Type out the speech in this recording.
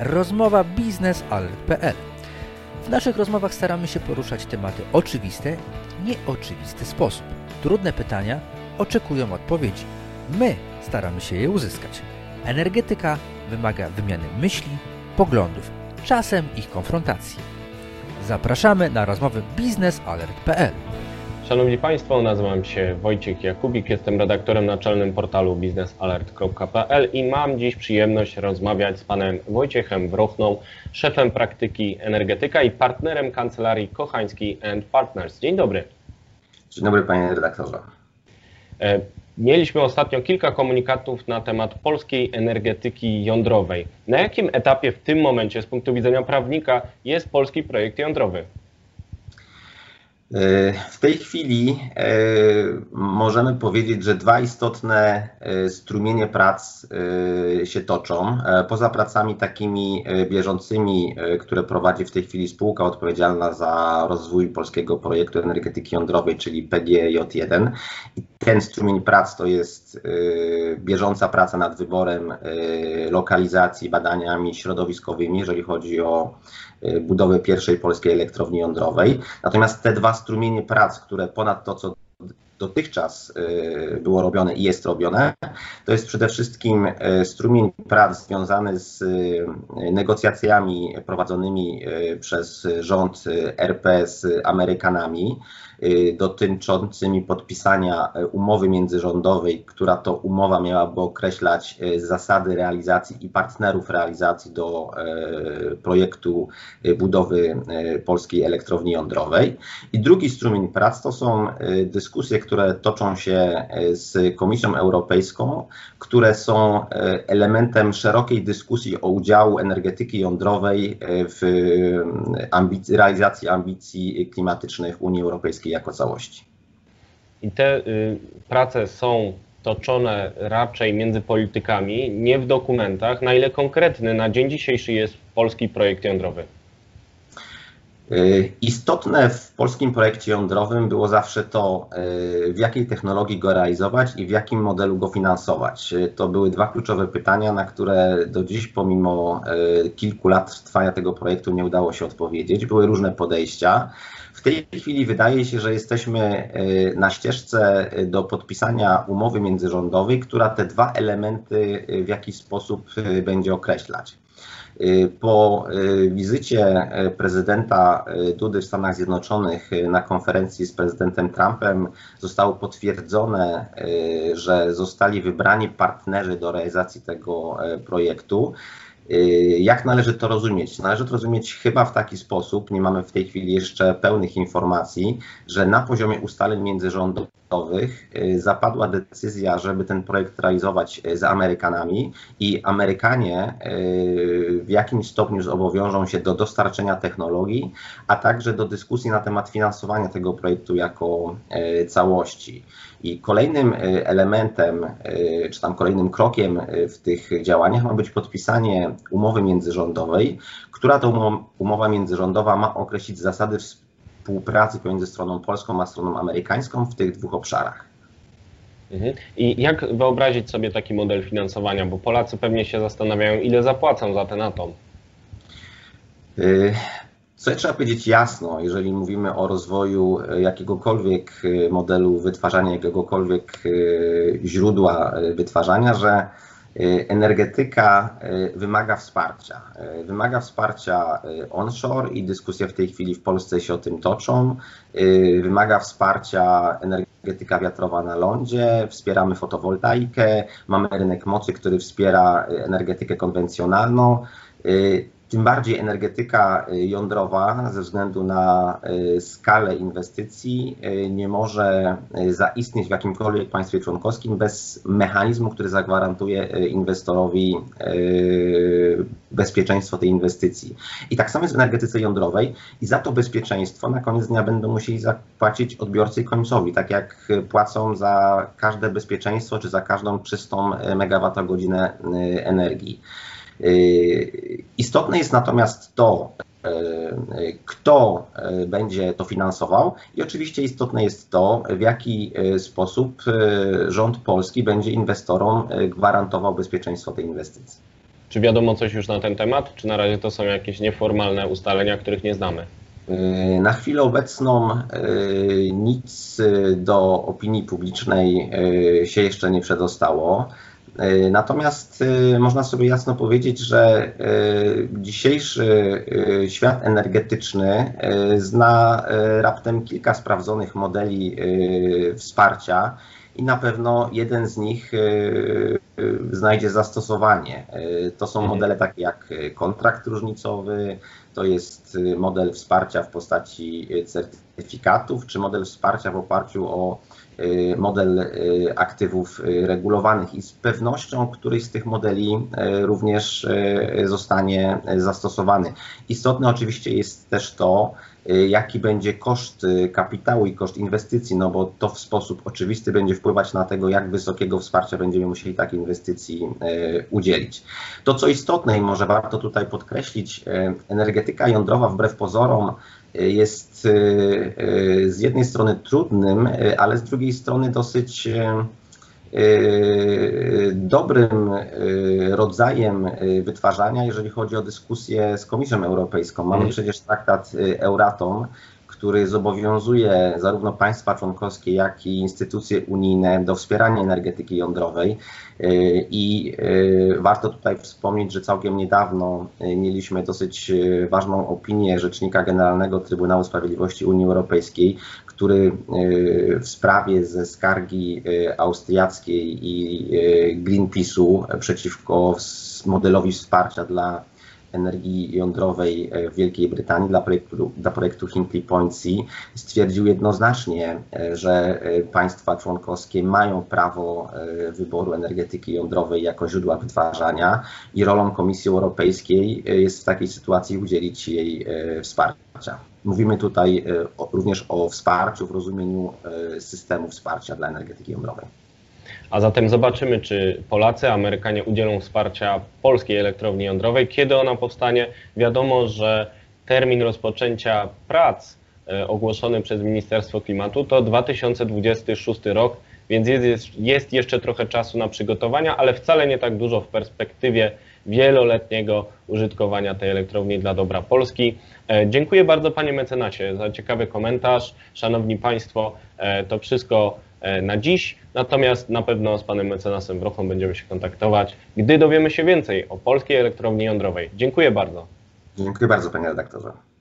rozmowa biznesalert.pl. W naszych rozmowach staramy się poruszać tematy oczywiste, w nieoczywisty sposób. Trudne pytania oczekują odpowiedzi. My staramy się je uzyskać. Energetyka wymaga wymiany myśli, poglądów, czasem ich konfrontacji. Zapraszamy na rozmowy biznesalert.pl. Szanowni Państwo, nazywam się Wojciech Jakubik, jestem redaktorem naczelnym portalu biznesalert.pl i mam dziś przyjemność rozmawiać z panem Wojciechem Wrochną, szefem praktyki energetyka i partnerem kancelarii Kochański & Partners. Dzień dobry. Dzień dobry, panie redaktorze. Mieliśmy ostatnio kilka komunikatów na temat polskiej energetyki jądrowej. Na jakim etapie w tym momencie z punktu widzenia prawnika jest polski projekt jądrowy? W tej chwili możemy powiedzieć, że dwa istotne strumienie prac się toczą. Poza pracami takimi bieżącymi, które prowadzi w tej chwili spółka odpowiedzialna za rozwój polskiego projektu energetyki jądrowej, czyli PGJ1. I ten strumień prac to jest bieżąca praca nad wyborem lokalizacji, badaniami środowiskowymi, jeżeli chodzi o budowę pierwszej polskiej elektrowni jądrowej. Natomiast te dwa strumienie prac, które ponad to, co dotychczas było robione i jest robione, to jest przede wszystkim strumień prac związany z negocjacjami prowadzonymi przez rząd RP z Amerykanami, dotyczącymi podpisania umowy międzyrządowej, która to umowa miałaby określać zasady realizacji i partnerów realizacji do projektu budowy polskiej elektrowni jądrowej. I drugi strumień prac to są dyskusje, które toczą się z Komisją Europejską, które są elementem szerokiej dyskusji o udziału energetyki jądrowej w realizacji ambicji klimatycznych Unii Europejskiej jako całości. I te prace są toczone raczej między politykami, nie w dokumentach. Na ile konkretny na dzień dzisiejszy jest polski projekt jądrowy? Istotne w polskim projekcie jądrowym było zawsze to, w jakiej technologii go realizować i w jakim modelu go finansować. To były dwa kluczowe pytania, na które do dziś, pomimo kilku lat trwania tego projektu, nie udało się odpowiedzieć. Były różne podejścia. W tej chwili wydaje się, że jesteśmy na ścieżce do podpisania umowy międzyrządowej, która te dwa elementy w jakiś sposób będzie określać. Po wizycie prezydenta Dudy w Stanach Zjednoczonych na konferencji z prezydentem Trumpem zostało potwierdzone, że zostali wybrani partnerzy do realizacji tego projektu. Jak należy to rozumieć? Należy to rozumieć chyba w taki sposób, nie mamy w tej chwili jeszcze pełnych informacji, że na poziomie ustaleń międzyrządowych zapadła decyzja, żeby ten projekt realizować z Amerykanami i Amerykanie w jakimś stopniu zobowiążą się do dostarczenia technologii, a także do dyskusji na temat finansowania tego projektu jako całości. I kolejnym elementem, czy tam kolejnym krokiem w tych działaniach ma być podpisanie umowy międzyrządowej, która to umowa międzyrządowa ma określić zasady współpracy pomiędzy stroną polską a stroną amerykańską w tych dwóch obszarach. I jak wyobrazić sobie taki model finansowania? Bo Polacy pewnie się zastanawiają, ile zapłacą za ten atom. Co trzeba powiedzieć jasno, jeżeli mówimy o rozwoju jakiegokolwiek modelu wytwarzania, jakiegokolwiek źródła wytwarzania, że energetyka wymaga wsparcia. Wymaga wsparcia onshore i dyskusje w tej chwili w Polsce się o tym toczą. Wymaga wsparcia energetyka wiatrowa na lądzie, wspieramy fotowoltaikę, mamy rynek mocy, który wspiera energetykę konwencjonalną. Tym bardziej energetyka jądrowa ze względu na skalę inwestycji nie może zaistnieć w jakimkolwiek państwie członkowskim bez mechanizmu, który zagwarantuje inwestorowi bezpieczeństwo tej inwestycji. I tak samo jest w energetyce jądrowej i za to bezpieczeństwo na koniec dnia będą musieli zapłacić odbiorcy końcowi, tak jak płacą za każde bezpieczeństwo czy za każdą czystą megawattogodzinę energii. Istotne jest natomiast to, kto będzie to finansował i oczywiście istotne jest to, w jaki sposób rząd polski będzie inwestorom gwarantował bezpieczeństwo tej inwestycji. Czy wiadomo coś już na ten temat, czy na razie to są jakieś nieformalne ustalenia, których nie znamy? Na chwilę obecną nic do opinii publicznej się jeszcze nie przedostało. Natomiast można sobie jasno powiedzieć, że dzisiejszy świat energetyczny zna raptem kilka sprawdzonych modeli wsparcia i na pewno jeden z nich znajdzie zastosowanie. To są modele takie jak kontrakt różnicowy, to jest model wsparcia w postaci certyfikatów, czy model wsparcia w oparciu o model aktywów regulowanych i z pewnością któryś z tych modeli również zostanie zastosowany. Istotne oczywiście jest też to, jaki będzie koszt kapitału i koszt inwestycji, no bo to w sposób oczywisty będzie wpływać na tego, jak wysokiego wsparcia będziemy musieli takiej inwestycji udzielić. To, co istotne i może warto tutaj podkreślić, energetyka jądrowa wbrew pozorom jest z jednej strony trudnym, ale z drugiej strony dosyć dobrym rodzajem wytwarzania, jeżeli chodzi o dyskusję z Komisją Europejską. Mamy przecież traktat Euratom, który zobowiązuje zarówno państwa członkowskie, jak i instytucje unijne do wspierania energetyki jądrowej. I warto tutaj wspomnieć, że całkiem niedawno mieliśmy dosyć ważną opinię Rzecznika Generalnego Trybunału Sprawiedliwości Unii Europejskiej, który w sprawie ze skargi austriackiej i Greenpeace'u przeciwko modelowi wsparcia dla energii jądrowej w Wielkiej Brytanii dla projektu Hinkley Point C stwierdził jednoznacznie, że państwa członkowskie mają prawo wyboru energetyki jądrowej jako źródła wytwarzania i rolą Komisji Europejskiej jest w takiej sytuacji udzielić jej wsparcia. Mówimy tutaj również o wsparciu w rozumieniu systemu wsparcia dla energetyki jądrowej. A zatem zobaczymy, czy Polacy, Amerykanie udzielą wsparcia polskiej elektrowni jądrowej. Kiedy ona powstanie? Wiadomo, że termin rozpoczęcia prac ogłoszony przez Ministerstwo Klimatu to 2026 rok, więc jest jeszcze trochę czasu na przygotowania, ale wcale nie tak dużo w perspektywie wieloletniego użytkowania tej elektrowni dla dobra Polski. Dziękuję bardzo, panie mecenasie, za ciekawy komentarz. Szanowni państwo, to wszystko na dziś, natomiast na pewno z panem mecenasem Wrochą będziemy się kontaktować, gdy dowiemy się więcej o polskiej elektrowni jądrowej. Dziękuję bardzo. Dziękuję bardzo, panie redaktorze.